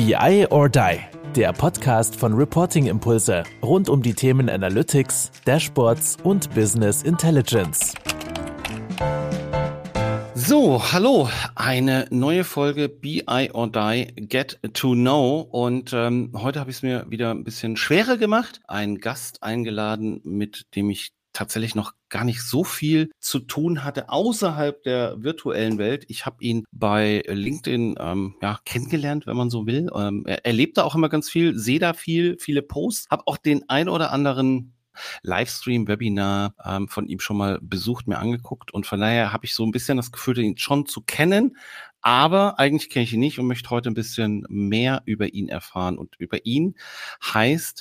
BI or Die, der Podcast von Reporting Impulse rund um die Themen Analytics, Dashboards und Business Intelligence. So, hallo, eine neue Folge BI or Die, Get to Know, und heute habe ich es mir wieder ein bisschen schwerer gemacht, einen Gast eingeladen, mit dem ich tatsächlich noch gar nicht so viel zu tun hatte außerhalb der virtuellen Welt. Ich habe ihn bei LinkedIn kennengelernt, wenn man so will. Er lebt da auch immer ganz viel, sehe da viele Posts, habe auch den ein oder anderen Livestream, Webinar von ihm schon mal besucht, mir angeguckt, und von daher habe ich so ein bisschen das Gefühl, ihn schon zu kennen, aber eigentlich kenne ich ihn nicht und möchte heute ein bisschen mehr über ihn erfahren. Und über ihn heißt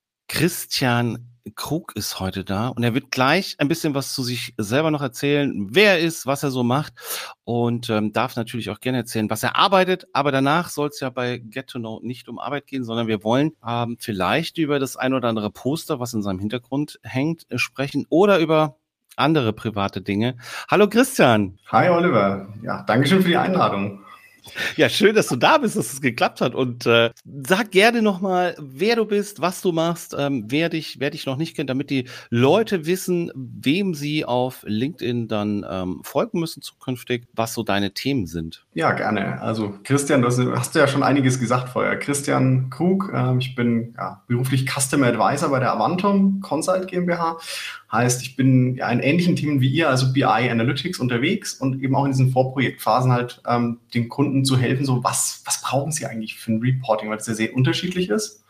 Christian Krug ist heute da, und er wird gleich ein bisschen was zu sich selber noch erzählen, wer er ist, was er so macht, und darf natürlich auch gerne erzählen, was er arbeitet. Aber danach soll es ja bei Get to Know nicht um Arbeit gehen, sondern wir wollen vielleicht über das ein oder andere Poster, was in seinem Hintergrund hängt, sprechen, oder über andere private Dinge. Hallo Christian. Hi Oliver. Ja, Dankeschön für die Einladung. Ja, schön, dass du da bist, dass es geklappt hat, und sag gerne nochmal, wer du bist, was du machst, wer dich noch nicht kennt, damit die Leute wissen, wem sie auf LinkedIn dann folgen müssen zukünftig, was so deine Themen sind. Ja, gerne. Also Christian, hast du ja schon einiges gesagt vorher. Christian Krug, ich bin beruflich Customer Advisor bei der Avantum Consult GmbH. Heißt, ich bin in ähnlichen Themen wie ihr, also BI Analytics unterwegs, und eben auch in diesen Vorprojektphasen halt den Kunden zu helfen, so was brauchen sie eigentlich für ein Reporting, weil das ja sehr unterschiedlich ist.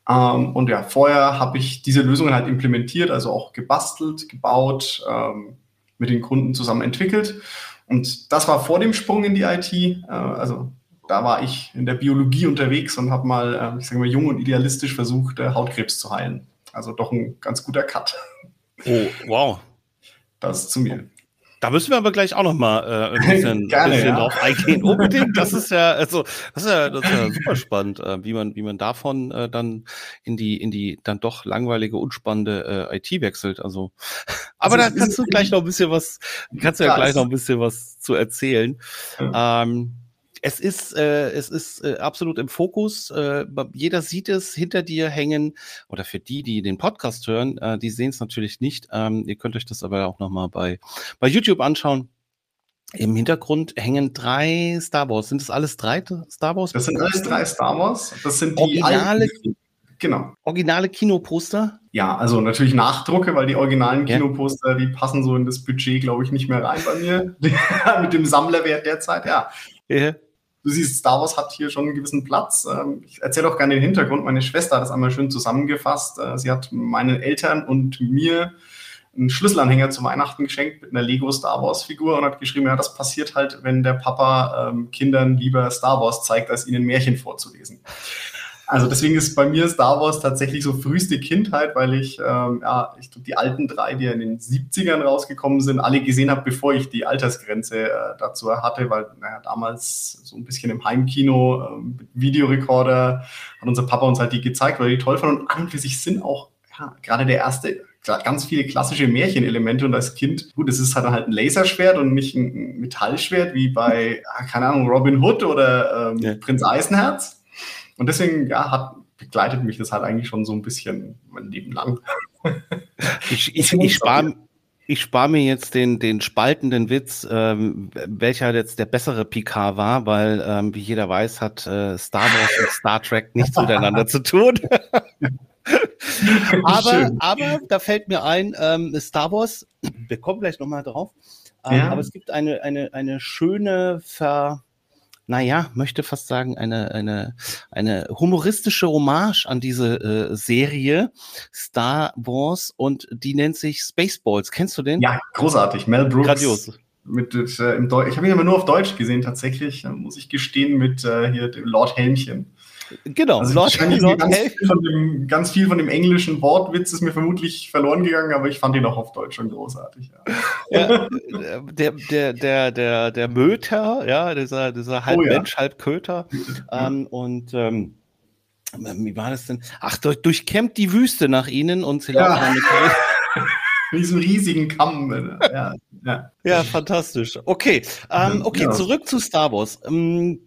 Und ja, vorher habe ich diese Lösungen halt implementiert, also auch gebastelt, gebaut, mit den Kunden zusammen entwickelt. Und das war vor dem Sprung in die IT. Also da war ich in der Biologie unterwegs und habe mal, jung und idealistisch versucht, Hautkrebs zu heilen. Also doch ein ganz guter Cut. Oh, wow. Das zu mir. Da müssen wir aber gleich auch noch mal ein bisschen drauf eingehen. Unbedingt. Das ist ja super spannend, wie man davon dann in die dann doch langweilige, unspannende IT wechselt. Also, aber da kannst du gleich noch ein bisschen was, zu erzählen. Ja. Es ist absolut im Fokus. Jeder sieht es hinter dir hängen, oder für die den Podcast hören, die sehen es natürlich nicht. Ihr könnt euch das aber auch nochmal bei YouTube anschauen. Im Hintergrund hängen 3 Star Wars. Sind das alles 3 Star Wars? Das sind alles 3 Star Wars. Das sind die originale Kinoposter? Ja, also natürlich Nachdrucke, weil die originalen Kinoposter, die passen so in das Budget, glaube ich, nicht mehr rein bei mir. Mit dem Sammlerwert derzeit, ja. Yeah. Du siehst, Star Wars hat hier schon einen gewissen Platz. Ich erzähle auch gerne den Hintergrund. Meine Schwester hat das einmal schön zusammengefasst. Sie hat meinen Eltern und mir einen Schlüsselanhänger zu Weihnachten geschenkt mit einer Lego Star Wars Figur und hat geschrieben, ja, das passiert halt, wenn der Papa Kindern lieber Star Wars zeigt, als ihnen Märchen vorzulesen. Also deswegen ist bei mir Star Wars tatsächlich so früheste Kindheit, weil ich glaube, die alten 3, die in den 70ern rausgekommen sind, alle gesehen habe, bevor ich die Altersgrenze dazu hatte, weil damals so ein bisschen im Heimkino mit Videorekorder hat unser Papa uns halt die gezeigt, weil die toll fanden, und an und für sich sind auch gerade der erste ganz viele klassische Märchenelemente, und als Kind, gut, es ist halt ein Laserschwert und nicht ein Metallschwert wie bei, keine Ahnung, Robin Hood oder Prinz Eisenherz. Und deswegen, begleitet mich das halt eigentlich schon so ein bisschen mein Leben lang. Ich spare mir jetzt den spaltenden Witz, welcher jetzt der bessere Picard war, weil, wie jeder weiß, hat Star Wars und Star Trek nichts miteinander zu tun. aber da fällt mir ein, Star Wars, wir kommen gleich nochmal drauf, aber es gibt eine schöne möchte fast sagen, eine humoristische Hommage an diese Serie Star Wars, und die nennt sich Spaceballs. Kennst du den? Ja, großartig. Mel Brooks. Grandios. Ich habe ihn aber nur auf Deutsch gesehen, tatsächlich, muss ich gestehen, mit hier dem Lord Helmchen. Genau, also ganz viel von dem englischen Wortwitz ist mir vermutlich verloren gegangen, aber ich fand ihn auch auf Deutsch schon großartig. Ja. Der Möter, dieser halb Mensch, halb Köter. Wie war das denn? Ach, durchkämmt die Wüste nach ihnen, und sie laufen dann mit diesem riesigen Kamm. Ja, fantastisch. Okay, zurück zu Star Wars.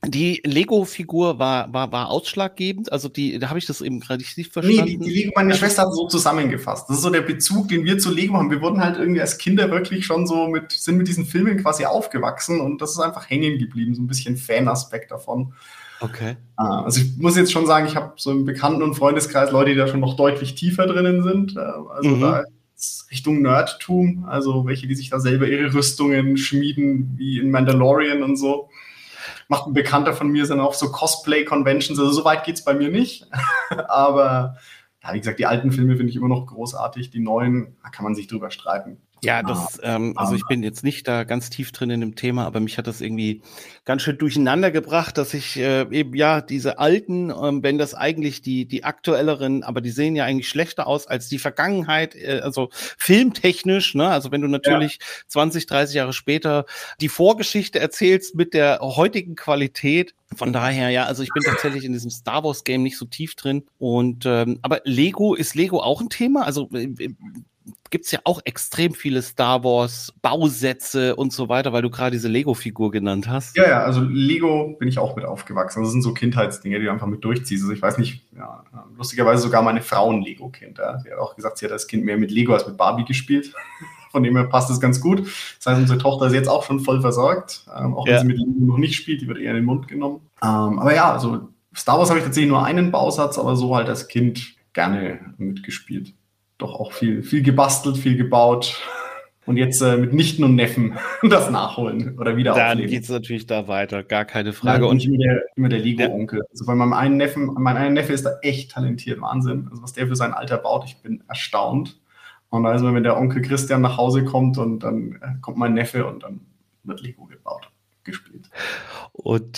Die Lego-Figur war ausschlaggebend, also da habe ich das eben gerade nicht verstanden. Nee, die Lego, meine Schwester hat so zusammengefasst. Das ist so der Bezug, den wir zu Lego haben. Wir wurden halt irgendwie als Kinder wirklich schon so sind mit diesen Filmen quasi aufgewachsen und das ist einfach hängen geblieben, so ein bisschen Fanaspekt davon. Okay. Also ich muss jetzt schon sagen, ich habe so im Bekannten- und Freundeskreis Leute, die da schon noch deutlich tiefer drinnen sind. Also da ist Richtung Nerdtum, also welche, die sich da selber ihre Rüstungen schmieden, wie in Mandalorian und so. Macht ein Bekannter von mir, sind auch so Cosplay-Conventions, also so weit geht es bei mir nicht. Aber ja, wie gesagt, die alten Filme finde ich immer noch großartig, die neuen, da kann man sich drüber streiten. Ja, also ich bin jetzt nicht da ganz tief drin in dem Thema, aber mich hat das irgendwie ganz schön durcheinander gebracht, dass ich eben ja diese alten, wenn das eigentlich die aktuelleren, aber die sehen ja eigentlich schlechter aus als die Vergangenheit, also filmtechnisch, ne? Also wenn du natürlich 20, 30 Jahre später die Vorgeschichte erzählst mit der heutigen Qualität, von daher, ja, also ich bin tatsächlich in diesem Star Wars Game nicht so tief drin und aber ist Lego auch ein Thema? Also gibt's ja auch extrem viele Star Wars Bausätze und so weiter, weil du gerade diese Lego-Figur genannt hast. Ja, also Lego bin ich auch mit aufgewachsen. Das sind so Kindheitsdinge, die du einfach mit durchziehst. Also ich weiß nicht, ja, lustigerweise sogar meine Frau ein Lego-Kind. Ja. Sie hat auch gesagt, sie hat als Kind mehr mit Lego als mit Barbie gespielt. Von dem her passt es ganz gut. Das heißt, unsere Tochter ist jetzt auch schon voll versorgt. Auch wenn sie mit Lego noch nicht spielt, die wird eher in den Mund genommen. Aber ja, also Star Wars habe ich tatsächlich nur einen Bausatz, aber so halt als Kind gerne mitgespielt. Doch auch viel gebastelt, viel gebaut und jetzt mit Nichten und Neffen das nachholen oder wieder aufleben. Dann geht es natürlich da weiter, gar keine Frage. Ja, und ich immer der Lego-Onkel. Ja. Also bei meinem einen Neffen, mein einer Neffe ist da echt talentiert, Wahnsinn. Also was der für sein Alter baut, ich bin erstaunt. Und also wenn der Onkel Christian nach Hause kommt und dann kommt mein Neffe und dann wird Lego gespielt. Und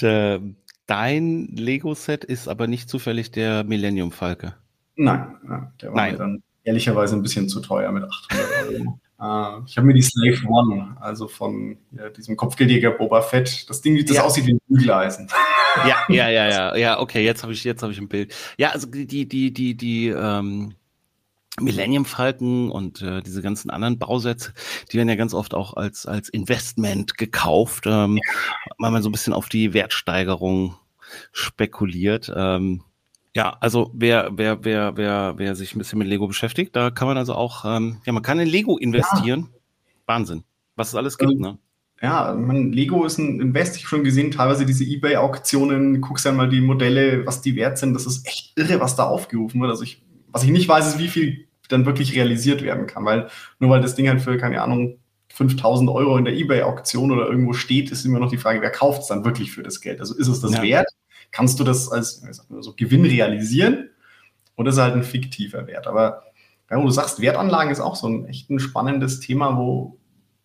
dein Lego-Set ist aber nicht zufällig der Millennium Falke? Nein, der war mir dann ehrlicherweise ein bisschen zu teuer mit 800 Euro. Ich habe mir die Slave One, also von diesem Kopfgeldjäger Boba Fett, das Ding, das aussieht wie ein Bügeleisen. Ja, okay, jetzt habe ich ein Bild. Ja, also die Millennium Falcon und diese ganzen anderen Bausätze, die werden ja ganz oft auch als Investment gekauft, weil man so ein bisschen auf die Wertsteigerung spekuliert. Ja, also wer sich ein bisschen mit Lego beschäftigt, da kann man also auch, man kann in Lego investieren. Ja. Wahnsinn, was es alles gibt, ne? Ja, Lego ist ein Invest, ich habe schon gesehen, teilweise diese eBay-Auktionen, guckst ja mal die Modelle, was die wert sind, das ist echt irre, was da aufgerufen wird. Also was ich nicht weiß, ist, wie viel dann wirklich realisiert werden kann, weil das Ding halt für, keine Ahnung, 5.000 Euro in der eBay-Auktion oder irgendwo steht, ist immer noch die Frage, wer kauft es dann wirklich für das Geld? Also ist es das wert? Kannst du das als Gewinn realisieren oder ist es halt ein fiktiver Wert? Aber ja, wo du sagst, Wertanlagen ist auch so ein echt ein spannendes Thema, wo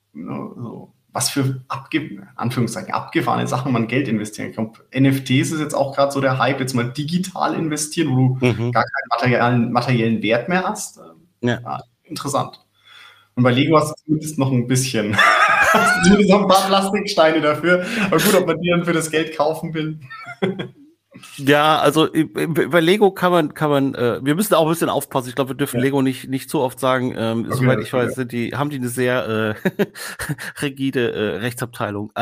was für Anführungszeichen abgefahrene Sachen man Geld investieren kann. NFTs ist jetzt auch gerade so der Hype, jetzt mal digital investieren, wo du gar keinen materiellen Wert mehr hast. Ja, interessant. Und bei Lego hast du zumindest noch ein bisschen, zumindest noch ein paar Plastiksteine dafür. Aber gut, ob man die dann für das Geld kaufen will. Ja, also bei Lego kann man, wir müssen auch ein bisschen aufpassen. Ich glaube, wir dürfen Lego nicht zu oft sagen. Soweit ich weiß, haben die eine sehr rigide Rechtsabteilung.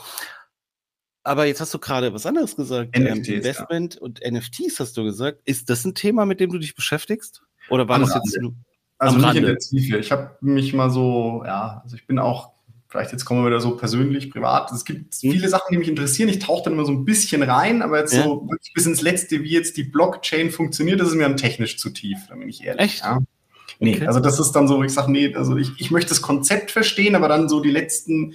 Aber jetzt hast du gerade was anderes gesagt. NFTs, Investment und NFTs hast du gesagt. Ist das ein Thema, mit dem du dich beschäftigst? Oder war das jetzt nur also nicht in der Tiefe. Ich habe mich mal so, also ich bin auch, vielleicht jetzt kommen wir wieder so persönlich, privat. Es gibt viele Sachen, die mich interessieren. Ich tauche dann immer so ein bisschen rein, aber jetzt so wirklich bis ins Letzte, wie jetzt die Blockchain funktioniert, das ist mir dann technisch zu tief, da bin ich ehrlich. Echt? Ja. Nee, okay. Also das ist dann so, wo ich sage, nee, also ich möchte das Konzept verstehen, aber dann so die letzten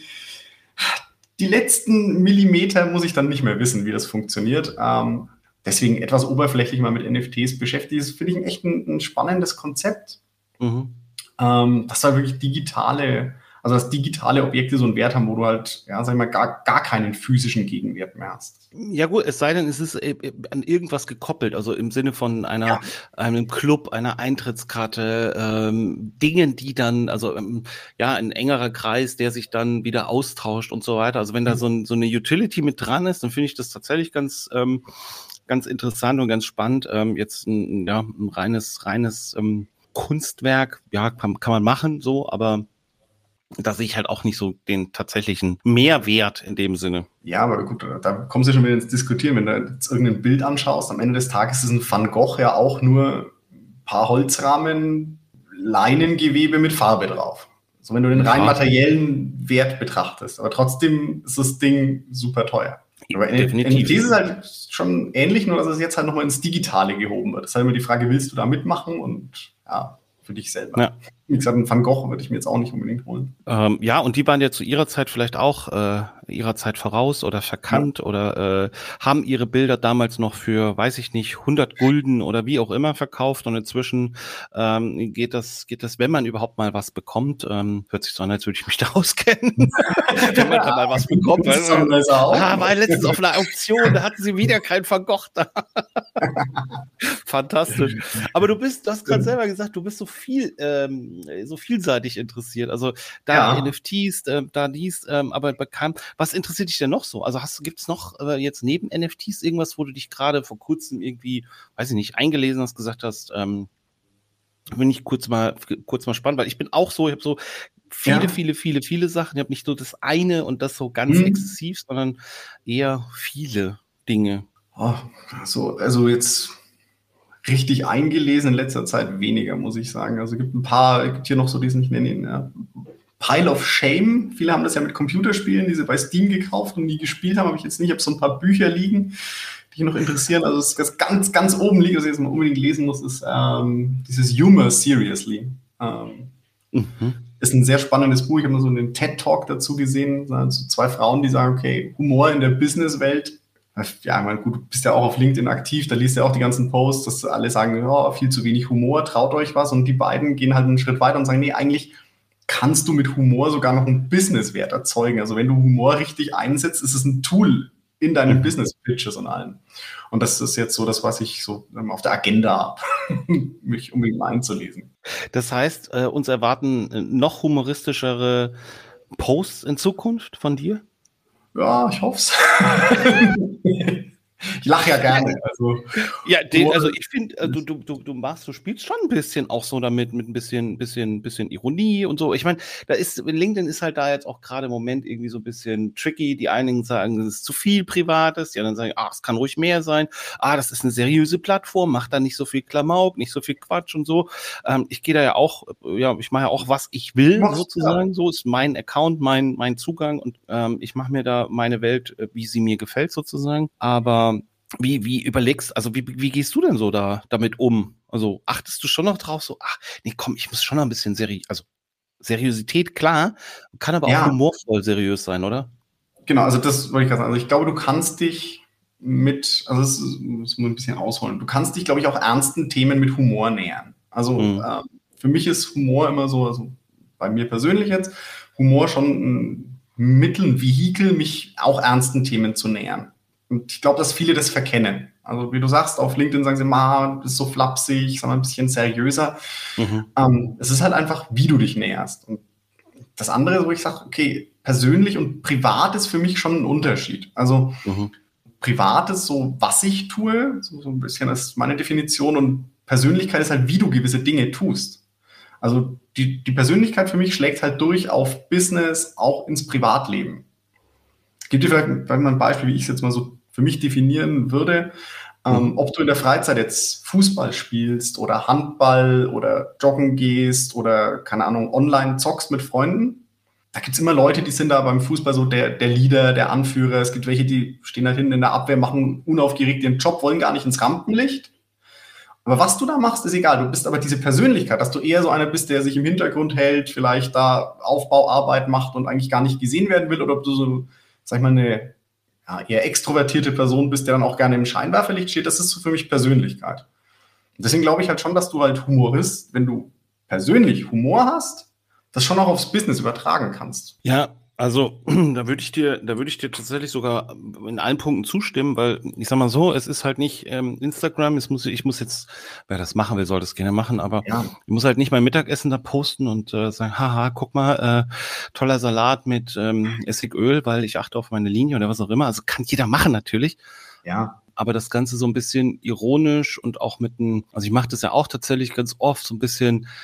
Millimeter muss ich dann nicht mehr wissen, wie das funktioniert. Deswegen etwas oberflächlich mal mit NFTs beschäftigt. Das finde ich echt ein spannendes Konzept. Dass da wirklich digitale Objekte so einen Wert haben, wo du halt, sag ich mal, gar keinen physischen Gegenwert mehr hast. Ja gut, es sei denn, es ist an irgendwas gekoppelt, also im Sinne von einem Club, einer Eintrittskarte, Dingen, die dann, also ein engerer Kreis, der sich dann wieder austauscht und so weiter. Also wenn da so eine Utility mit dran ist, dann finde ich das tatsächlich ganz interessant und ganz spannend. Jetzt ein reines Kunstwerk, kann man machen, so, aber da sehe ich halt auch nicht so den tatsächlichen Mehrwert in dem Sinne. Ja, aber gut, da kommst du schon wieder ins Diskutieren. Wenn du jetzt irgendein Bild anschaust, am Ende des Tages ist ein Van Gogh ja auch nur ein paar Holzrahmen, Leinengewebe mit Farbe drauf. So, wenn du den rein materiellen Wert betrachtest. Aber trotzdem ist das Ding super teuer. Aber definitiv. NFTs ist halt schon ähnlich, nur dass es jetzt halt nochmal ins Digitale gehoben wird. Das ist halt immer die Frage, willst du da mitmachen? Und ja, für dich selber. Ja. Wie gesagt, einen Van Gogh würde ich mir jetzt auch nicht unbedingt holen. Ja, und die waren ja zu ihrer Zeit vielleicht auch ihrer Zeit voraus oder verkannt oder haben ihre Bilder damals noch für, weiß ich nicht, 100 Gulden oder wie auch immer verkauft und inzwischen geht das, wenn man überhaupt mal was bekommt, hört sich so an, als würde ich mich da auskennen, wenn man da mal was bekommt. War letztens auf einer Auktion, da hatten sie wieder keinen Van Gogh da. Fantastisch. Aber du hast gerade selber gesagt, du bist so vielseitig interessiert. Also da NFTs, da dies, aber bekannt. Was interessiert dich denn noch so? Also gibt es noch jetzt neben NFTs irgendwas, wo du dich gerade vor kurzem irgendwie, weiß ich nicht, eingelesen hast, gesagt hast, bin ich kurz mal spannend, weil ich bin auch so, ich habe so viele Sachen. Ich habe nicht so das eine und das so ganz exzessiv, sondern eher viele Dinge. Also jetzt richtig eingelesen in letzter Zeit weniger, muss ich sagen. Also es gibt hier noch so diesen, ich nenne ihn Pile of Shame. Viele haben das ja mit Computerspielen, die sie bei Steam gekauft und nie gespielt haben, habe ich jetzt nicht. Ich habe so ein paar Bücher liegen, die mich noch interessieren. Also das ganz, ganz oben liegt, was ich jetzt mal unbedingt lesen muss, ist dieses Humor Seriously. Ist ein sehr spannendes Buch. Ich habe mal so einen TED-Talk dazu gesehen. Also 2 Frauen, die sagen, okay, Humor in der Businesswelt. Ja, ich meine, gut, du bist ja auch auf LinkedIn aktiv, da liest du ja auch die ganzen Posts, dass alle sagen, oh, viel zu wenig Humor, traut euch was. Und die beiden gehen halt einen Schritt weiter und sagen, nee, eigentlich kannst du mit Humor sogar noch einen Businesswert erzeugen. Also wenn du Humor richtig einsetzt, ist es ein Tool in deinen Business-Pitches und allem. Und das ist jetzt so das, was ich so auf der Agenda habe, mich unbedingt mal einzulesen. Das heißt, uns erwarten noch humoristischere Posts in Zukunft von dir? Ja, ich hoffe es. Ich lache ja gerne. Also ich finde, du spielst schon ein bisschen auch so damit mit ein bisschen Ironie und so. Ich meine, LinkedIn ist halt da jetzt auch gerade im Moment irgendwie so ein bisschen tricky. Die einigen sagen, es ist zu viel Privates, die anderen sagen, es kann ruhig mehr sein. Das ist eine seriöse Plattform, macht da nicht so viel Klamauk, nicht so viel Quatsch und so. Ich gehe da ja auch, ich mache ja auch, was ich will, sozusagen. So ist mein Account, mein Zugang und ich mache mir da meine Welt, wie sie mir gefällt, sozusagen. Aber wie überlegst, also wie gehst du denn so damit um? Also achtest du schon noch drauf, so, ich muss schon noch ein bisschen Seriosität, klar, kann aber auch humorvoll seriös sein, oder? Genau, also das wollte ich gerade sagen. Also ich glaube, du kannst dich das muss man ein bisschen ausholen, du kannst dich, glaube ich, auch ernsten Themen mit Humor nähern. Also für mich ist Humor immer so, also bei mir persönlich jetzt, Humor schon ein Mittel, ein Vehikel, mich auch ernsten Themen zu nähern. Und ich glaube, dass viele das verkennen. Also wie du sagst, auf LinkedIn sagen sie, du bist so flapsig, sag mal ein bisschen seriöser. Es ist halt einfach, wie du dich näherst. Und das andere, wo ich sage, okay, persönlich und privat ist für mich schon ein Unterschied. Also privat ist so, was ich tue, so ein bisschen ist meine Definition, und Persönlichkeit ist halt, wie du gewisse Dinge tust. Also die Persönlichkeit für mich schlägt halt durch auf Business, auch ins Privatleben. Ich gebe dir vielleicht mal ein Beispiel, wie ich es jetzt mal so für mich definieren würde. Ob du in der Freizeit jetzt Fußball spielst oder Handball oder joggen gehst oder, keine Ahnung, online zockst mit Freunden. Da gibt es immer Leute, die sind da beim Fußball so der Leader, der Anführer. Es gibt welche, die stehen halt hinten in der Abwehr, machen unaufgeregt ihren Job, wollen gar nicht ins Rampenlicht. Aber was du da machst, ist egal. Du bist aber diese Persönlichkeit, dass du eher so einer bist, der sich im Hintergrund hält, vielleicht da Aufbauarbeit macht und eigentlich gar nicht gesehen werden will, oder ob du so, sag ich mal, eine eher extrovertierte Person bist, der dann auch gerne im Scheinwerferlicht steht. Das ist so für mich Persönlichkeit. Und deswegen glaube ich halt schon, dass du halt Humorist, wenn du persönlich Humor hast, das schon auch aufs Business übertragen kannst. Ja, also da würde ich dir tatsächlich sogar in allen Punkten zustimmen, weil ich sag mal so, es ist halt nicht Instagram, ich muss jetzt, wer das machen will, soll das gerne machen, aber ich muss halt nicht mein Mittagessen da posten und sagen, haha, guck mal, toller Salat mit Essigöl, weil ich achte auf meine Linie oder was auch immer. Also kann jeder machen natürlich. Ja. Aber das Ganze so ein bisschen ironisch und auch also ich mache das ja auch tatsächlich ganz oft, so ein bisschen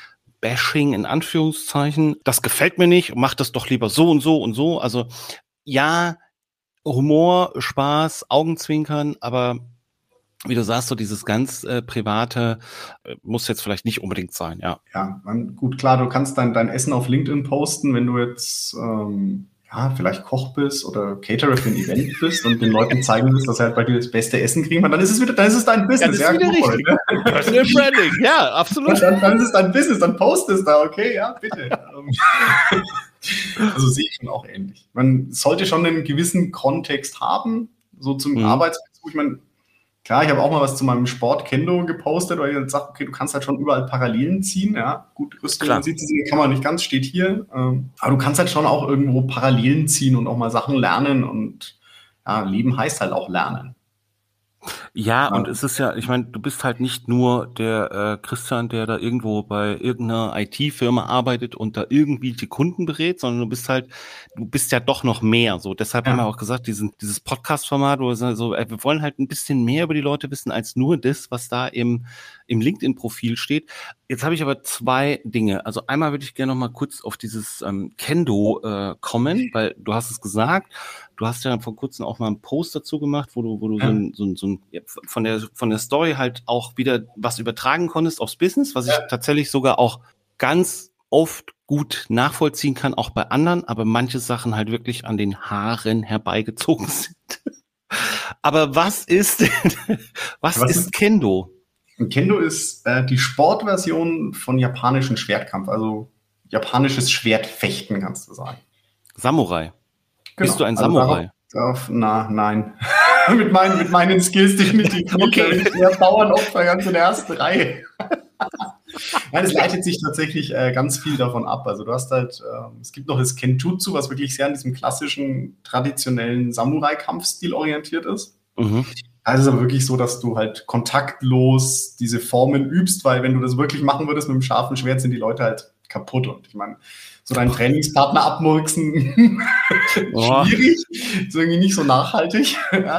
Bashing in Anführungszeichen. Das gefällt mir nicht, mach das doch lieber so und so und so. Also ja, Humor, Spaß, Augenzwinkern, aber wie du sagst, so dieses ganz Private muss jetzt vielleicht nicht unbedingt sein, ja. Ja, gut, klar, du kannst dein Essen auf LinkedIn posten, wenn du jetzt vielleicht Koch bist oder Caterer für ein Event bist und den Leuten zeigen willst, dass sie halt bei dir das beste Essen kriegen, dann ist es dein Business. Ja, das ist wieder richtig. Personal Branding, ja, absolut. Dann ist es dein Business, dann post es da, okay, ja, bitte. Also sehe ich schon auch ähnlich. Man sollte schon einen gewissen Kontext haben, so zum Arbeitsbezug. Ich meine, klar, ich habe auch mal was zu meinem Sport Kendo gepostet, weil ich jetzt sage, okay, du kannst halt schon überall Parallelen ziehen, ja. Gut, Rüstung sieht sie, kann man nicht ganz, steht hier. Aber du kannst halt schon auch irgendwo Parallelen ziehen und auch mal Sachen lernen und ja, Leben heißt halt auch lernen. Ja, und es ist ja, ich meine, du bist halt nicht nur der Christian, der da irgendwo bei irgendeiner IT-Firma arbeitet und da irgendwie die Kunden berät, sondern du bist ja doch noch mehr. So, deshalb haben wir auch gesagt, dieses Podcast-Format, wo wir wollen halt ein bisschen mehr über die Leute wissen als nur das, was da im LinkedIn-Profil steht. Jetzt habe ich aber 2 Dinge. Also einmal würde ich gerne noch mal kurz auf dieses Kendo kommen, weil du hast es gesagt, du hast ja vor kurzem auch mal einen Post dazu gemacht, wo du von der Story halt auch wieder was übertragen konntest aufs Business, was ich tatsächlich sogar auch ganz oft gut nachvollziehen kann, auch bei anderen, aber manche Sachen halt wirklich an den Haaren herbeigezogen sind. Aber was ist Kendo? Kendo ist die Sportversion von japanischen Schwertkampf, also japanisches Schwertfechten, kannst du sagen. Samurai. Genau. Bist du ein Samurai? Nein. mit meinen Skills definitiv nicht. Okay. Ich wäre Bauernopfer ganz in der ersten Reihe. Nein, es leitet sich tatsächlich ganz viel davon ab. Also du hast halt, es gibt noch das Kenjutsu, was wirklich sehr an diesem klassischen, traditionellen Samurai-Kampfstil orientiert ist. Mhm. Da ist es aber wirklich so, dass du halt kontaktlos diese Formen übst, weil wenn du das wirklich machen würdest mit einem scharfen Schwert, sind die Leute halt kaputt. Und ich meine, so deinen Trainingspartner abmurksen, schwierig, ist irgendwie nicht so nachhaltig. Ja.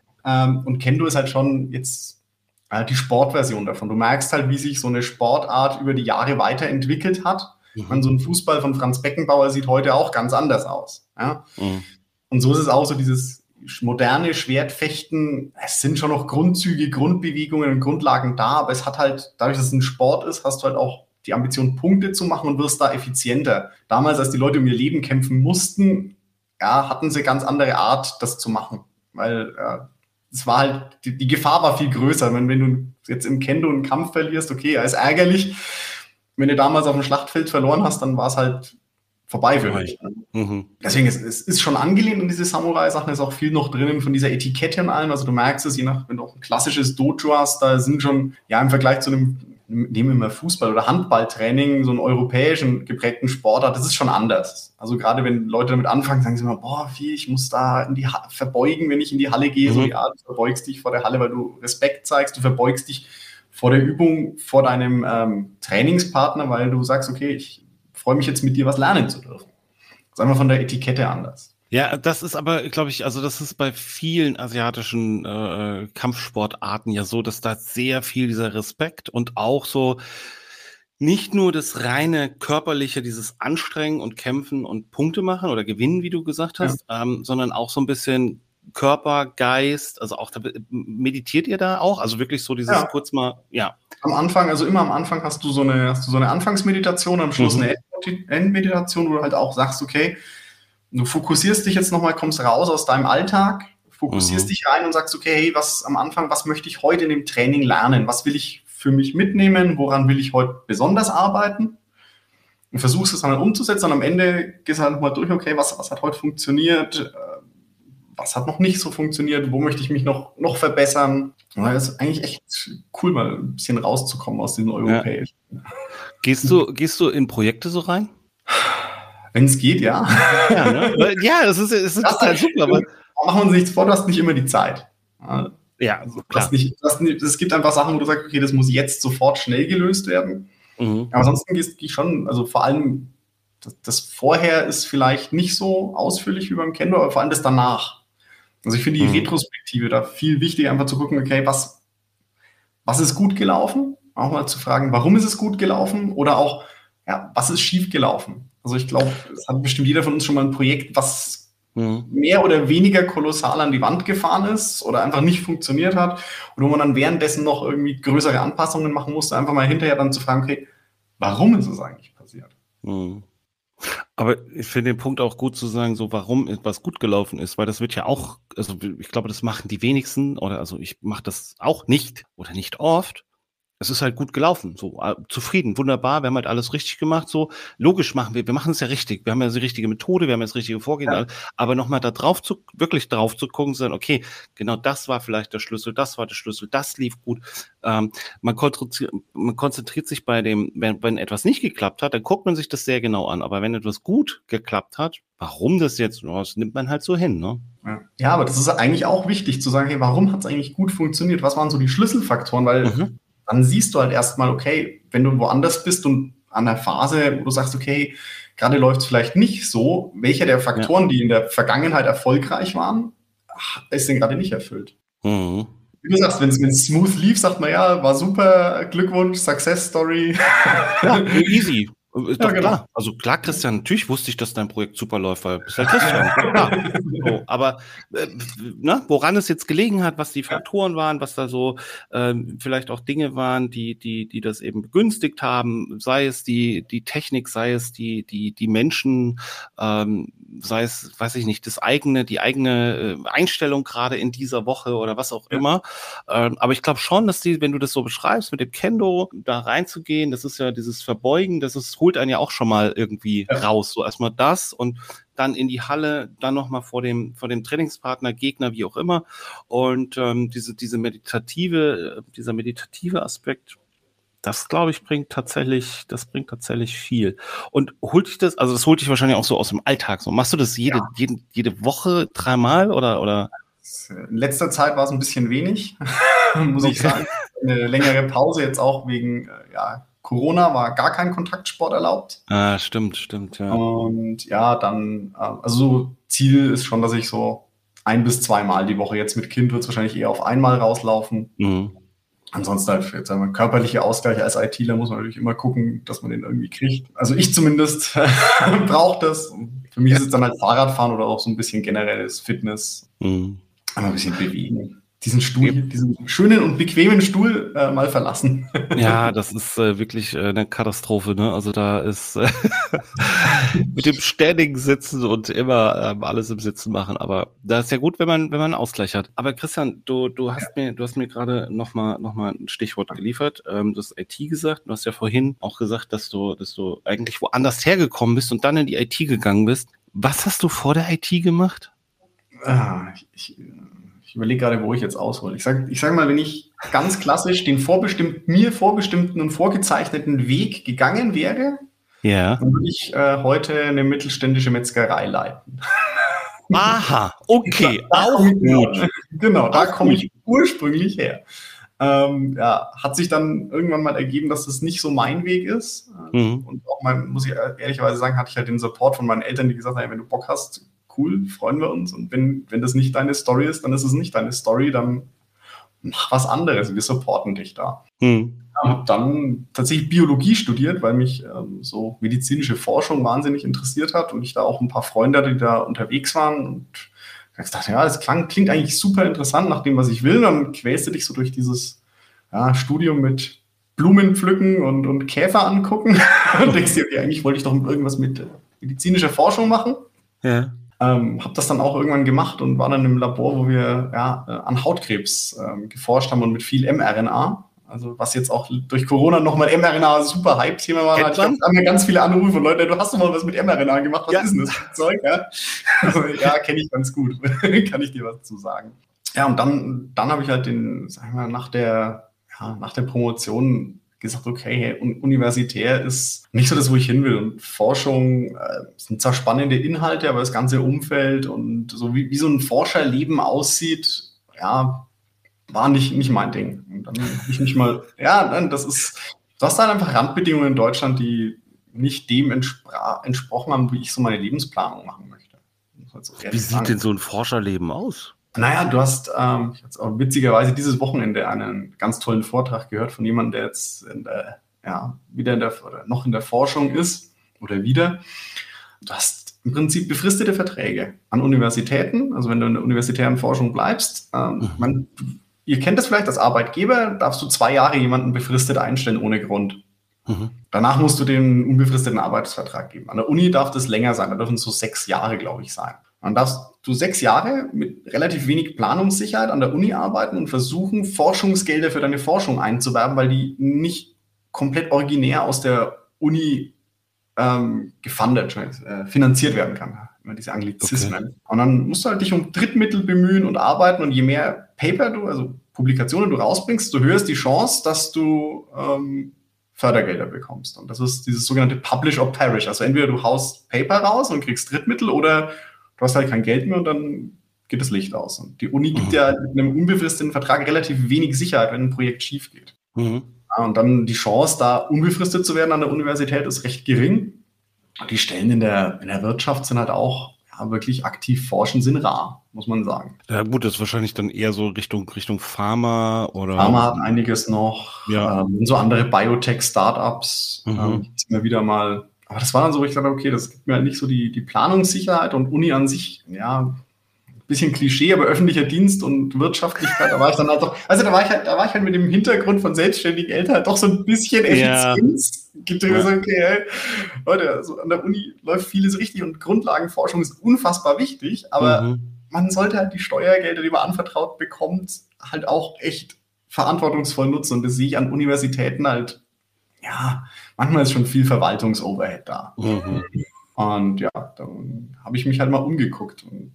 Und Kendo ist halt schon jetzt die Sportversion davon. Du merkst halt, wie sich so eine Sportart über die Jahre weiterentwickelt hat. Mhm. Ich meine, so ein Fußball von Franz Beckenbauer sieht heute auch ganz anders aus. Ja. Mhm. Und so ist es auch so, dieses moderne Schwertfechten, es sind schon noch Grundzüge, Grundbewegungen und Grundlagen da, aber es hat halt, dadurch, dass es ein Sport ist, hast du halt auch die Ambition, Punkte zu machen und wirst da effizienter. Damals, als die Leute um ihr Leben kämpfen mussten, hatten sie ganz andere Art, das zu machen, weil es war halt, die Gefahr war viel größer. Wenn du jetzt im Kendo einen Kampf verlierst, okay, ist ärgerlich. Wenn du damals auf dem Schlachtfeld verloren hast, dann war es halt vorbei für dich. Mhm. Deswegen, es ist schon angelehnt an diese Samurai-Sachen, ist auch viel noch drinnen von dieser Etikette und allem. Also du merkst es, wenn du auch ein klassisches Dojo hast, da sind schon, im Vergleich zu nehmen wir mal Fußball- oder Handballtraining, so einen europäischen geprägten Sportart, das ist schon anders. Also gerade wenn Leute damit anfangen, sagen sie immer, ich muss da verbeugen, wenn ich in die Halle gehe. So, du verbeugst dich vor der Halle, weil du Respekt zeigst, du verbeugst dich vor der Übung, vor deinem Trainingspartner, weil du sagst, okay, ich freue mich jetzt mit dir was lernen zu dürfen. Das ist einfach von der Etikette anders. Ja, das ist aber, glaube ich, also das ist bei vielen asiatischen Kampfsportarten ja so, dass da sehr viel dieser Respekt und auch so nicht nur das reine körperliche, dieses Anstrengen und Kämpfen und Punkte machen oder gewinnen, wie du gesagt hast, sondern auch so ein bisschen Körper, Geist, also auch, meditiert ihr da auch? Also wirklich so dieses kurz mal, Am Anfang, also immer am Anfang hast du so eine Anfangsmeditation, am Schluss eine Endmeditation, wo du halt auch sagst, okay, du fokussierst dich jetzt nochmal, kommst raus aus deinem Alltag, fokussierst dich rein und sagst, okay, hey, was möchte ich heute in dem Training lernen? Was will ich für mich mitnehmen? Woran will ich heute besonders arbeiten? Und versuchst es dann umzusetzen und am Ende gehst du halt nochmal durch, okay, was hat heute funktioniert? Was hat noch nicht so funktioniert? Wo möchte ich mich noch verbessern? Und das ist eigentlich echt cool, mal ein bisschen rauszukommen aus diesem europäischen. Ja. Gehst du in Projekte so rein? Wenn es geht, ja. Ja, ne? Ja, es ist total super. Aber machen wir uns nichts vor, du hast nicht immer die Zeit. Ja, klar. Es gibt einfach Sachen, wo du sagst, okay, das muss jetzt sofort schnell gelöst werden. Mhm. Aber ansonsten gehe ich schon, also vor allem das Vorher ist vielleicht nicht so ausführlich wie beim Kendo, aber vor allem das danach. Also ich finde die Retrospektive da viel wichtiger, einfach zu gucken, okay, was ist gut gelaufen? Auch mal zu fragen, warum ist es gut gelaufen? Oder auch, was ist schiefgelaufen? Also ich glaube, es hat bestimmt jeder von uns schon mal ein Projekt, was mehr oder weniger kolossal an die Wand gefahren ist oder einfach nicht funktioniert hat und wo man dann währenddessen noch irgendwie größere Anpassungen machen musste, einfach mal hinterher dann zu fragen, okay, warum ist es eigentlich passiert? Aber ich finde den Punkt auch gut zu sagen, so warum etwas gut gelaufen ist, weil das wird ja auch, also ich glaube, das machen die wenigsten oder also ich mache das auch nicht oder nicht oft. Es ist halt gut gelaufen, so zufrieden, wunderbar, wir haben halt alles richtig gemacht, so logisch machen wir machen es ja richtig, wir haben ja die richtige Methode, wir haben ja das richtige Vorgehen, aber nochmal da wirklich drauf zu gucken, zu sagen, okay, genau das war vielleicht der Schlüssel, das war der Schlüssel, das lief gut. Man konzentriert sich bei dem, wenn etwas nicht geklappt hat, dann guckt man sich das sehr genau an, aber wenn etwas gut geklappt hat, warum das jetzt, das nimmt man halt so hin, ne? Ja, aber das ist eigentlich auch wichtig zu sagen, hey, warum hat es eigentlich gut funktioniert, was waren so die Schlüsselfaktoren, weil dann siehst du halt erstmal, okay, wenn du woanders bist und an der Phase, wo du sagst, okay, gerade läuft es vielleicht nicht so, welcher der Faktoren, die in der Vergangenheit erfolgreich waren, ist denn gerade nicht erfüllt? Wie du sagst, wenn es smooth lief, sagt man ja, war super, Glückwunsch, Success Story. Ja, easy. Ist doch klar. Also klar, Christian, natürlich wusste ich, dass dein Projekt super läuft, weil du bist halt Christian. Klar. So, aber woran es jetzt gelegen hat, was die Faktoren waren, was da so vielleicht auch Dinge waren, die das eben begünstigt haben, sei es die Technik, sei es die Menschen, sei es, weiß ich nicht, die eigene Einstellung gerade in dieser Woche oder was auch immer. Aber ich glaube schon, dass wenn du das so beschreibst, mit dem Kendo da reinzugehen, das ist ja dieses Verbeugen, holt einen ja auch schon mal irgendwie raus. So erstmal das und dann in die Halle, dann nochmal vor dem Trainingspartner, Gegner, wie auch immer. Und dieser meditative Aspekt, das glaube ich, bringt tatsächlich viel. Und holt dich das holt dich wahrscheinlich auch so aus dem Alltag. So machst du das jede Woche 3-mal oder? In letzter Zeit war es ein bisschen wenig, muss ich sagen. Eine längere Pause jetzt auch wegen Corona, war gar kein Kontaktsport erlaubt. Stimmt, ja. Und ja, dann, also Ziel ist schon, dass ich so 1 bis 2 Mal die Woche, jetzt mit Kind wird es wahrscheinlich eher auf einmal rauslaufen. Ansonsten halt, jetzt sagen wir, körperlicher Ausgleich als ITler muss man natürlich immer gucken, dass man den irgendwie kriegt. Also ich zumindest brauche das. Für mich ist es dann halt Fahrradfahren oder auch so ein bisschen generelles Fitness. Einmal ein bisschen bewegen. Diesen schönen und bequemen Stuhl mal verlassen. Ja, das ist wirklich eine Katastrophe, ne? Also da ist mit dem ständigen Sitzen und immer alles im Sitzen machen. Aber da ist ja gut, wenn man einen Ausgleich hat. Aber Christian, du hast mir gerade noch mal ein Stichwort geliefert. Du hast IT gesagt. Du hast ja vorhin auch gesagt, dass du eigentlich woanders hergekommen bist und dann in die IT gegangen bist. Was hast du vor der IT gemacht? Ich überlege gerade, wo ich jetzt aushole. Ich sag mal, wenn ich ganz klassisch den mir vorbestimmten und vorgezeichneten Weg gegangen wäre, dann würde ich heute eine mittelständische Metzgerei leiten. Aha, okay, auch gut. Genau, da komme ich ursprünglich her. Hat sich dann irgendwann mal ergeben, dass das nicht so mein Weg ist. Und auch muss ich ehrlicherweise sagen, hatte ich halt den Support von meinen Eltern, die gesagt haben, wenn du Bock hast, cool, freuen wir uns. Und wenn das nicht deine Story ist, dann ist es nicht deine Story, dann mach was anderes. Wir supporten dich da. Ich habe dann tatsächlich Biologie studiert, weil mich so medizinische Forschung wahnsinnig interessiert hat und ich da auch ein paar Freunde hatte, die da unterwegs waren. Und ich dachte, ja, das klingt eigentlich super interessant nach dem, was ich will. Dann quälst du dich so durch dieses Studium mit Blumen pflücken und Käfer angucken und denkst dir, okay, eigentlich wollte ich doch irgendwas mit medizinischer Forschung machen. Ja. Habe das dann auch irgendwann gemacht und war dann im Labor, wo wir an Hautkrebs geforscht haben und mit viel mRNA. Also was jetzt auch durch Corona nochmal mRNA super Hype-Thema war. Ich habe mir ganz viele Anrufe von Leuten, du hast doch mal was mit mRNA gemacht, was ist denn das für Zeug? Ja, kenne ich ganz gut, kann ich dir was zu sagen. Ja, und dann habe ich halt nach der Promotion gesagt, okay, universitär ist nicht so das, wo ich hin will. Und Forschung sind zwar spannende Inhalte, aber das ganze Umfeld und so wie so ein Forscherleben aussieht, war nicht mein Ding. Und dann habe ich mich mal, du hast halt einfach Randbedingungen in Deutschland, die nicht dem entsprochen haben, wie ich so meine Lebensplanung machen möchte. Halt so wie sieht denn so ein Forscherleben aus? Naja, du hast ich habe auch witzigerweise dieses Wochenende einen ganz tollen Vortrag gehört von jemandem, der jetzt in der wieder noch in der Forschung ist oder wieder. Du hast im Prinzip befristete Verträge an Universitäten. Also wenn du in der universitären Forschung bleibst, ihr kennt das vielleicht als Arbeitgeber, darfst du 2 Jahre jemanden befristet einstellen ohne Grund. Danach musst du den unbefristeten Arbeitsvertrag geben. An der Uni darf das länger sein, da dürfen es so 6 Jahre, glaube ich, sein. Dann darfst du 6 Jahre mit relativ wenig Planungssicherheit an der Uni arbeiten und versuchen, Forschungsgelder für deine Forschung einzuwerben, weil die nicht komplett originär aus der Uni finanziert werden kann. Immer diese Anglizismen. Okay. Und dann musst du halt dich um Drittmittel bemühen und arbeiten, und je mehr Paper also Publikationen du rausbringst, desto höher ist die Chance, dass du Fördergelder bekommst. Und das ist dieses sogenannte Publish or Perish. Also entweder du haust Paper raus und kriegst Drittmittel, oder du hast halt kein Geld mehr und dann geht das Licht aus. Und die Uni gibt ja mit einem unbefristeten Vertrag relativ wenig Sicherheit, wenn ein Projekt schief geht. Und dann die Chance, da unbefristet zu werden an der Universität, ist recht gering. Die Stellen in der Wirtschaft sind halt auch wirklich aktiv forschen, sind rar, muss man sagen. Ja gut, das ist wahrscheinlich dann eher so Richtung Pharma oder... Pharma hat einiges noch, so andere Biotech-Startups, immer wieder mal. Aber das war dann so, wo ich dachte, okay, das gibt mir halt nicht so die Planungssicherheit, und Uni an sich, bisschen Klischee, aber öffentlicher Dienst und Wirtschaftlichkeit, da war ich dann halt doch, also da war ich halt mit dem Hintergrund von selbstständigen Eltern halt doch so ein bisschen Effizienz. Gibt mir so, okay, Leute, also an der Uni läuft vieles richtig und Grundlagenforschung ist unfassbar wichtig, aber man sollte halt die Steuergelder, die man anvertraut bekommt, halt auch echt verantwortungsvoll nutzen, und das sehe ich an Universitäten halt, manchmal ist schon viel Verwaltungsoverhead da. Und dann habe ich mich halt mal umgeguckt und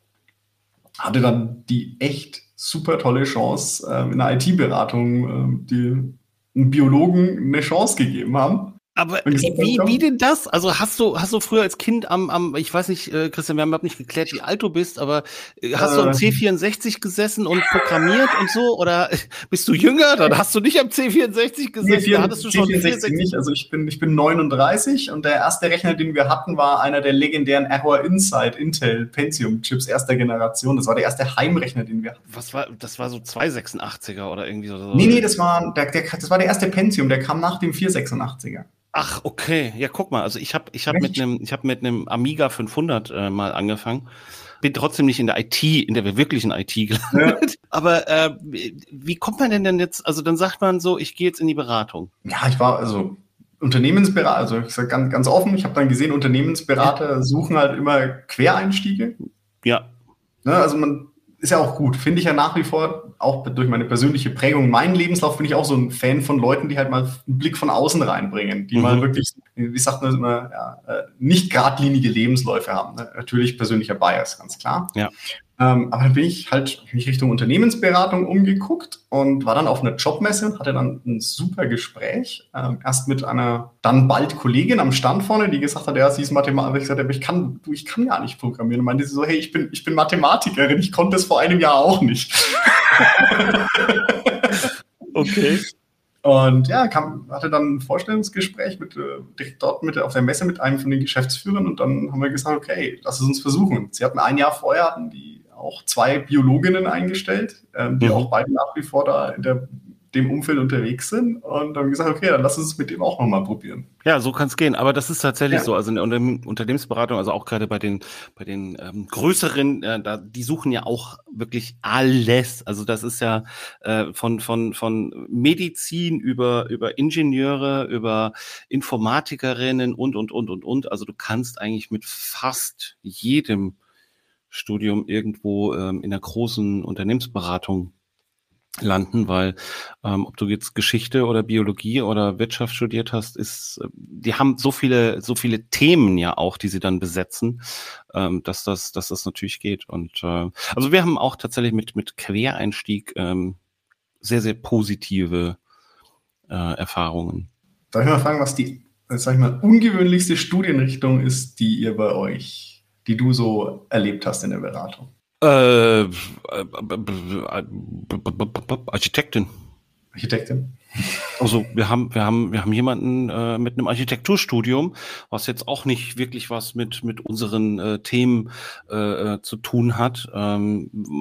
hatte dann die echt super tolle Chance, in der IT-Beratung, die einen Biologen eine Chance gegeben haben. Aber wie denn das? Also hast du früher als Kind ich weiß nicht, Christian, wir haben überhaupt nicht geklärt, wie alt du bist, aber hast du am C64 gesessen und programmiert und so? Oder bist du jünger? Dann hast du nicht am C64 gesessen, da hattest du schon C64 nicht. Also ich bin 39, und der erste Rechner, den wir hatten, war einer der legendären Error Insight Intel Pentium Chips erster Generation. Das war der erste Heimrechner, den wir hatten. Das war so 286er oder irgendwie so? Nee, das war der erste Pentium, der kam nach dem 486er. Ach, okay. Ja, guck mal. Also ich hab mit einem Amiga 500 mal angefangen. Bin trotzdem nicht in der wirklichen IT gelandet. Ja. Aber wie kommt man denn jetzt? Also dann sagt man so, ich gehe jetzt in die Beratung. Ja, ich war Unternehmensberater. Also ich sage ganz offen, ich habe dann gesehen, Unternehmensberater suchen halt immer Quereinstiege. Ja. Also man ist ja auch gut, finde ich ja nach wie vor, auch durch meine persönliche Prägung, meinen Lebenslauf, bin ich auch so ein Fan von Leuten, die halt mal einen Blick von außen reinbringen, die mal wirklich, wie sagt man das immer, nicht geradlinige Lebensläufe haben. Ne? Natürlich persönlicher Bias, ganz klar. Ja. Aber dann bin ich mich Richtung Unternehmensberatung umgeguckt und war dann auf einer Jobmesse und hatte dann ein super Gespräch. Erst mit einer dann bald Kollegin am Stand vorne, die gesagt hat, sie ist Mathematikerin. Ich gesagt, ich kann gar nicht programmieren. Und meinte sie so, hey, ich bin Mathematikerin, ich konnte es vor einem Jahr auch nicht. Okay. Und hatte dann ein Vorstellungsgespräch direkt dort auf der Messe mit einem von den Geschäftsführern, und dann haben wir gesagt, okay, lass es uns versuchen. Sie hatten ein Jahr vorher die auch 2 Biologinnen eingestellt, die auch beide nach wie vor da in dem Umfeld unterwegs sind, und dann haben wir gesagt, okay, dann lass uns es mit dem auch nochmal probieren. Ja, so kann es gehen, aber das ist tatsächlich so, also in der Unternehmensberatung, also auch gerade bei den größeren, die suchen ja auch wirklich alles, also das ist ja von Medizin über Ingenieure, über Informatikerinnen und, also du kannst eigentlich mit fast jedem Studium irgendwo in der großen Unternehmensberatung landen, weil ob du jetzt Geschichte oder Biologie oder Wirtschaft studiert hast, die haben so viele Themen ja auch, die sie dann besetzen, dass das natürlich geht. Und also wir haben auch tatsächlich mit Quereinstieg sehr, sehr positive Erfahrungen. Darf ich mal fragen, was die, sag ich mal, ungewöhnlichste Studienrichtung ist, die du so erlebt hast in der Beratung? Architektin. Architektin? Also wir haben jemanden mit einem Architekturstudium, was jetzt auch nicht wirklich was mit unseren Themen zu tun hat.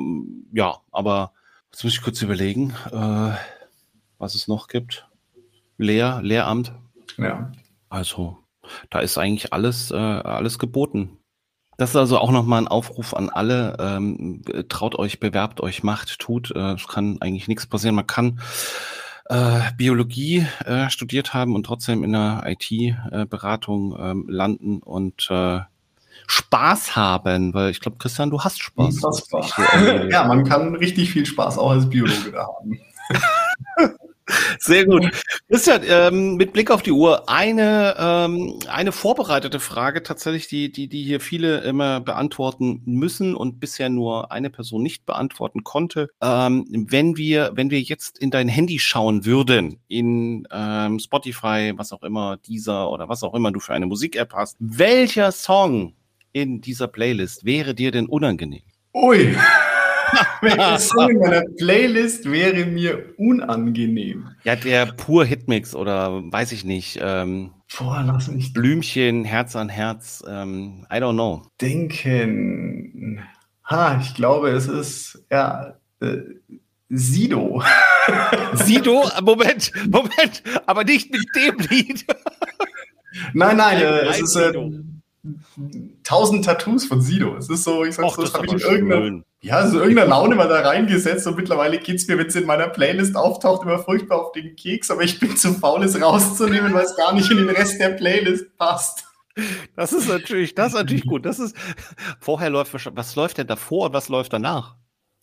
Ja, aber jetzt muss ich kurz überlegen, was es noch gibt. Lehramt. Ja. Also, da ist eigentlich alles geboten. Das ist also auch nochmal ein Aufruf an alle. Traut euch, bewerbt euch, macht, tut. Es kann eigentlich nichts passieren. Man kann Biologie studiert haben und trotzdem in der IT-Beratung landen und Spaß haben, weil ich glaube, Christian, du hast Spaß. Ja, man kann richtig viel Spaß auch als Biologe da haben. Sehr gut. Christian, mit Blick auf die Uhr, eine vorbereitete Frage tatsächlich, die hier viele immer beantworten müssen und bisher nur eine Person nicht beantworten konnte. Wenn wir jetzt in dein Handy schauen würden, in Spotify, was auch immer, Deezer oder was auch immer du für eine Musik-App hast, welcher Song in dieser Playlist wäre dir denn unangenehm? Ui! Welcher Song in meiner Playlist wäre mir unangenehm? Ja, der pur Hitmix oder weiß ich nicht. Lass mich Blümchen, Herz an Herz, I don't know. Denken. Ich glaube, es ist Sido. Sido? Moment, aber nicht mit dem Lied. Nein, es ist 1000 Tattoos von Sido. Es ist so, ich sag's so, das habe ich in irgendeiner Laune mal da reingesetzt und mittlerweile geht's mir, wenn es in meiner Playlist auftaucht, immer furchtbar auf den Keks, aber ich bin zu faul, es rauszunehmen, weil es gar nicht in den Rest der Playlist passt. Das ist natürlich gut. Vorher was läuft denn davor und was läuft danach?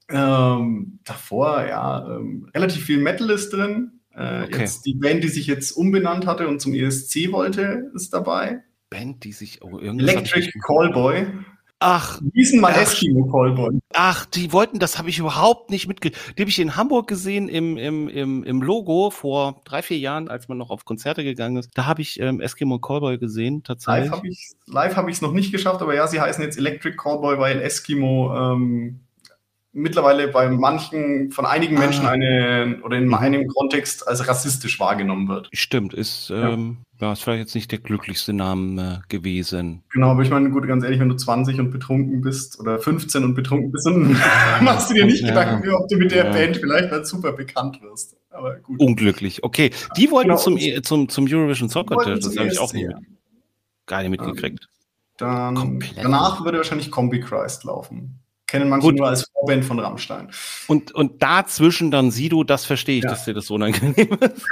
Davor, relativ viel Metal ist drin. Okay. Jetzt die Band, die sich jetzt umbenannt hatte und zum ESC wollte, ist dabei. Band, die sich Electric Callboy. Ach. Diesmal Eskimo Callboy. Ach, die wollten, das habe ich überhaupt nicht mitgekriegt. Die habe ich in Hamburg gesehen im Logo vor 3-4 Jahren, als man noch auf Konzerte gegangen ist. Da habe ich Eskimo Callboy gesehen, tatsächlich. Live habe ich es noch nicht geschafft, aber ja, sie heißen jetzt Electric Callboy, weil Eskimo mittlerweile von einigen Menschen in einem Kontext als rassistisch wahrgenommen wird. Stimmt, ist vielleicht jetzt nicht der glücklichste Name gewesen. Genau, aber ich meine, gut, ganz ehrlich, wenn du 20 und betrunken bist oder 15 und betrunken bist, dann machst du dir nicht Gedanken, ob du mit der Band vielleicht als super bekannt wirst. Aber gut. Unglücklich, okay. Die wollten zum Eurovision Song Contest, das habe ich auch nicht gar nicht mitgekriegt. Danach würde wahrscheinlich Combi Christ laufen. Kennen manche nur als Vorband von Rammstein. Und dazwischen dann Sido, das verstehe ich, dass dir das so unangenehm ist.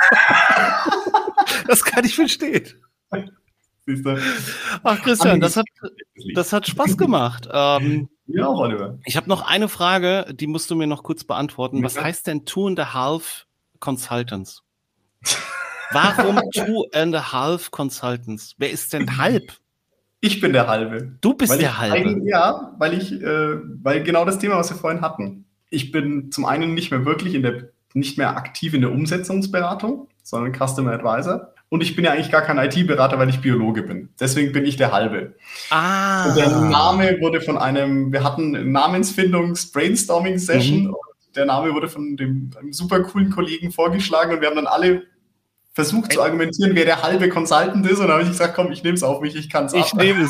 Das kann ich verstehen. Siehst du? Ach, Christian, das hat Spaß gemacht. Ja, auch, Oliver. Ich habe noch eine Frage, die musst du mir noch kurz beantworten. Was heißt denn 2.5 Consultants? Warum 2.5 Consultants? Wer ist denn halb? Ich bin der Halbe. Du bist der Halbe? Ja, weil genau das Thema, was wir vorhin hatten. Ich bin zum einen nicht mehr aktiv in der Umsetzungsberatung, sondern Customer Advisor. Und ich bin ja eigentlich gar kein IT-Berater, weil ich Biologe bin. Deswegen bin ich der Halbe. Und der Name wurde wir hatten eine Namensfindungs-Brainstorming-Session. Und der Name wurde von einem super coolen Kollegen vorgeschlagen und wir haben dann alle versucht zu argumentieren, wer der halbe Consultant ist, und dann habe ich gesagt, komm, ich nehme es auf mich, ich kann es ab. Ich nehme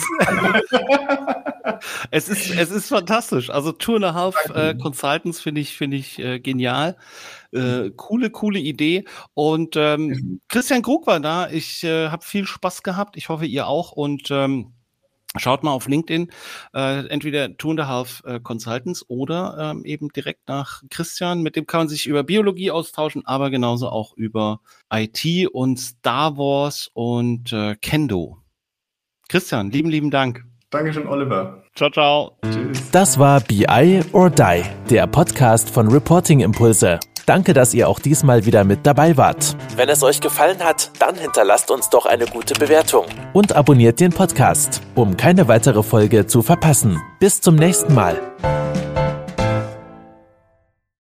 es. Es ist fantastisch. Also 2.5 Consultants finde ich genial. Coole Idee. Und Christian Krug war da. Ich habe viel Spaß gehabt. Ich hoffe, ihr auch. Und schaut mal auf LinkedIn, entweder 2.5 Consultants oder eben direkt nach Christian. Mit dem kann man sich über Biologie austauschen, aber genauso auch über IT und Star Wars und Kendo. Christian, lieben Dank. Dankeschön, Oliver. Ciao, ciao. Tschüss. Das war BI or Die, der Podcast von Reporting Impulse. Danke, dass ihr auch diesmal wieder mit dabei wart. Wenn es euch gefallen hat, dann hinterlasst uns doch eine gute Bewertung. Und abonniert den Podcast, um keine weitere Folge zu verpassen. Bis zum nächsten Mal.